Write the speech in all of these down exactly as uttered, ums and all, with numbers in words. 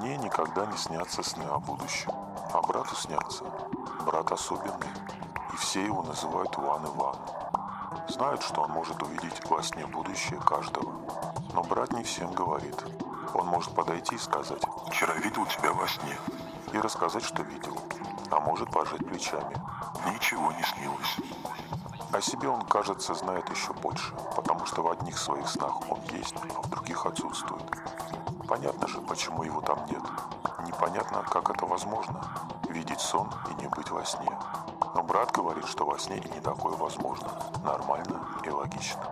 Мне никогда не снятся сны о будущем, а брату снятся. Брат особенный, и все его называют Иван Иван. Знают, что он может увидеть во сне будущее каждого. Но брат не всем говорит. Он может подойти и сказать: «Вчера видел тебя во сне». И рассказать, что видел. А может пожать плечами. Ничего не снилось. О себе он, кажется, знает еще больше, потому что в одних своих снах он есть, а в других отсутствует. Понятно же, почему его там нет. Непонятно, как это возможно – видеть сон и не быть во сне. Но брат говорит, что во сне и не такое возможно. Нормально и логично.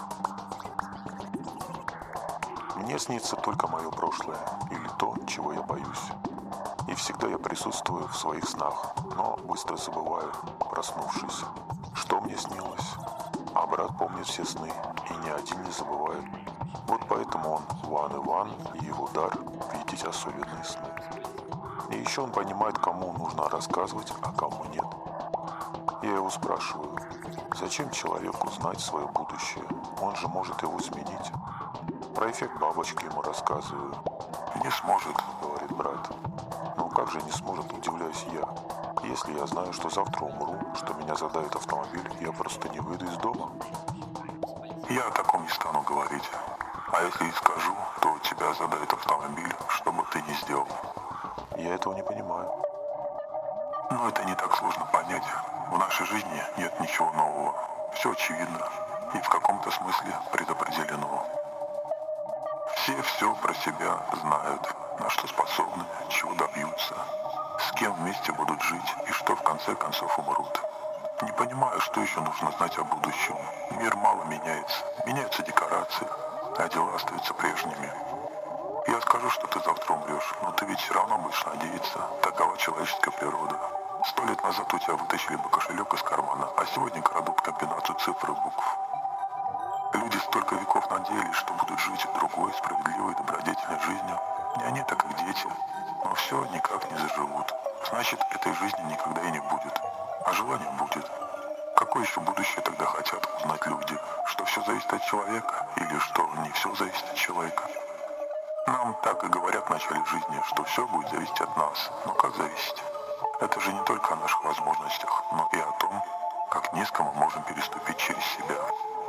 Мне снится только мое прошлое или то, чего я боюсь. И всегда я присутствую в своих снах, но быстро забываю, проснувшись, что мне снилось. А брат помнит все сны и ни один не забывает. Вот поэтому он Иван Иван, и его дар видеть особенные сны. И еще он понимает, кому нужно рассказывать, а кому нет. Я его спрашиваю, зачем человеку знать свое будущее? Он же может его изменить. Про эффект бабочки ему рассказываю. «Не сможет», — говорит брат. «Ну как же не сможет, удивляюсь я. Если я знаю, что завтра умру, что меня задавит автомобиль, я просто не выйду из дома». «Я о таком не стану говорить. А если и скажу, то тебя задавит автомобиль, что бы ты ни сделал». Я этого не понимаю. Но это не так сложно понять. В нашей жизни нет ничего нового. Все очевидно и в каком-то смысле предопределено. Все все про себя знают, на что способны, чего добьются, с кем вместе будут жить и что в конце концов умрут. Не понимаю, что еще нужно знать о будущем. Мир мало меняется, меняются декорации, а дела остаются прежними. Я скажу, что ты завтра умрешь, но ты ведь все равно будешь надеяться. Такова человеческая природа. Сто лет назад у тебя вытащили бы кошелек из кармана, а сегодня крадут комбинацию цифр и букв. Люди столько веков надеялись, что будут жить другой, справедливой, добродетельной жизнью. Не они, так как дети. Но все никак не заживут. Значит, этой жизни никогда и не будет. А желание будет. Какое еще будущее тогда хотят узнать люди? Что все зависит от человека? Или что не все зависит от человека? Нам так и говорят в начале жизни, что все будет зависеть от нас. Но как зависеть? Это же не только о наших возможностях, но и о том, как низко мы можем переступить через себя.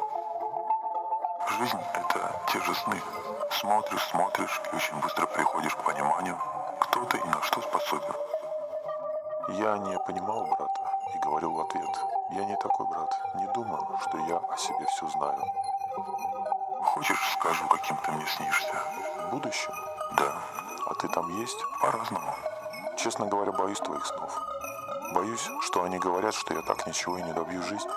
Жизнь – это те же сны. Смотришь, смотришь и очень быстро приходишь к пониманию, кто ты и на что способен. Я не понимал брата и говорил в ответ: я не такой брат, не думаю, что я о себе все знаю. Хочешь, скажу, каким ты мне снишься? В будущем? Да. А ты там есть? По-разному. Честно говоря, боюсь твоих снов. Боюсь, что они говорят, что я так ничего и не добью в жизни.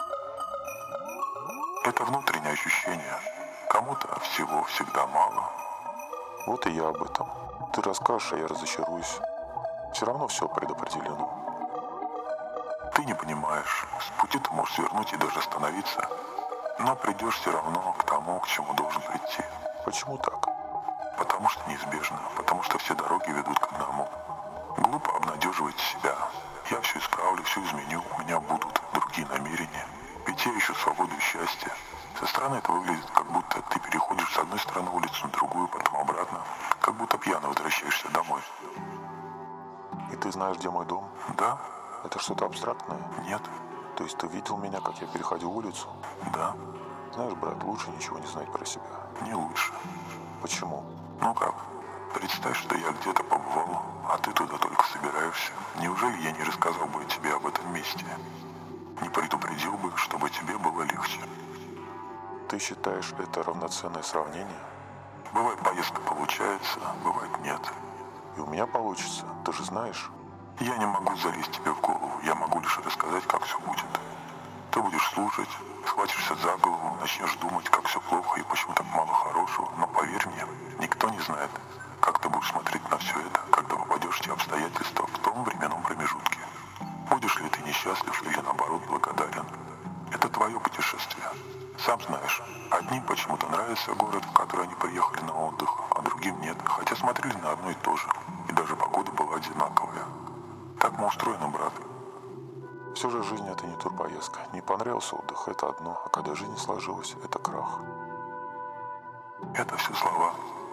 Это внутреннее ощущение. Кому-то всего всегда мало. Вот и я об этом. Ты расскажешь, а я разочаруюсь. Все равно все предопределено. Ты не понимаешь. С пути ты можешь свернуть и даже остановиться. Но придешь все равно к тому, к чему должен прийти. Почему так? Потому что неизбежно. Потому что все дороги ведут к одному. Глупо обнадеживать себя. Я все исправлю, все изменю. У меня будут другие намерения. Ведь я ищу свободу и счастье. Со стороны это выглядит, как будто ты переходишь с одной стороны улицу на другую, потом обратно. Как будто пьяно возвращаешься домой. И ты знаешь, где мой дом? Да. Это что-то абстрактное? Нет. То есть ты видел меня, как я переходил улицу? Да. Знаешь, брат, лучше ничего не знать про себя. Не лучше. Почему? Ну как? Представь, что я где-то побывал, а ты туда только собираешься. Неужели я не рассказал бы тебе об этом месте? Не предупредил бы, чтобы тебе было легче. Ты считаешь это равноценное сравнение? Бывает, поездка получается, бывает нет. И у меня получится, ты же знаешь. Я не могу залезть тебе в голову, я могу лишь рассказать, как все будет. Ты будешь слушать, схватишься за голову, начнешь думать, как все плохо и почему так мало хорошего, но поверь мне, никто не знает, как ты будешь смотреть на все это, когда попадешь в те обстоятельства в том временном промежутке. Будешь ли ты несчастлив или наоборот благодарен? Это твое путешествие. Сам знаешь, одним почему-то нравится город, в который они приехали на отдых, а другим нет, хотя смотрели на одно и то же, и даже погода была одинаковая. Так мы устроены, брат. Все же жизнь — это не турпоездка. Не понравился отдых — это одно, а когда жизнь сложилась — это крах. Это все слова.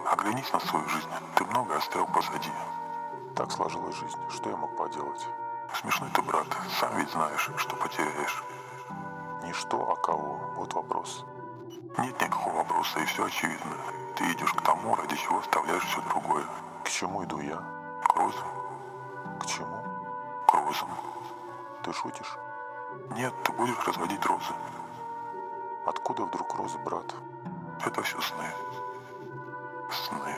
Оглянись на свою жизнь, ты многое оставил позади. Так сложилась жизнь, что я мог поделать? Смешной ты, брат, сам ведь знаешь, что потеряешь. Не что, а кого, вот вопрос. Нет никакого вопроса, и все очевидно. Ты идешь к тому, ради чего оставляешь все другое. К чему иду я? К розам. К чему? К розам. Ты шутишь? Нет, ты будешь разводить розы. Откуда вдруг розы, брат? Это все сны. Сны.